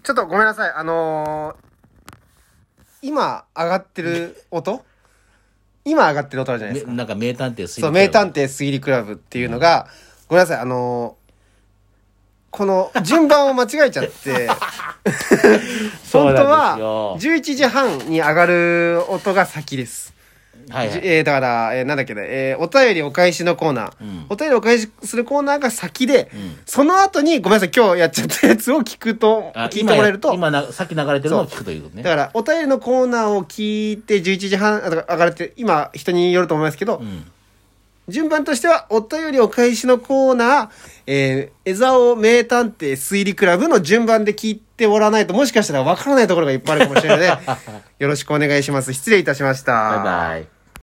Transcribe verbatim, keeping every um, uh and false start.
ちょっとごめんなさい。あのー、今上がってる音今上がってる音あるじゃないですか。 なんか名探偵推理クラブ。 そう、名探偵推理クラブっていうのが、うん、ごめんなさい。あのー、この順番を間違えちゃって、本当はじゅういちじはんに上がる音が先です。はいはい、えー、だから、えー、なんだっけね、えー、お便りお返しのコーナー、うん、お便りお返しするコーナーが先で、うん、その後にごめんなさい、今日やっちゃったやつを聞くと、聞いてもらえると、 今な、さっき流れてるのを聞くということね。 だから、お便りのコーナーを聞いてじゅういちじはん上がれて、今人によると思いますけど、うん、順番としては、お便りお返しのコーナー、えー、江沢名探偵推理クラブの順番で聞いてもらわないと、もしかしたら分からないところがいっぱいあるかもしれないので、よろしくお願いします。失礼いたしました。 バイバイ。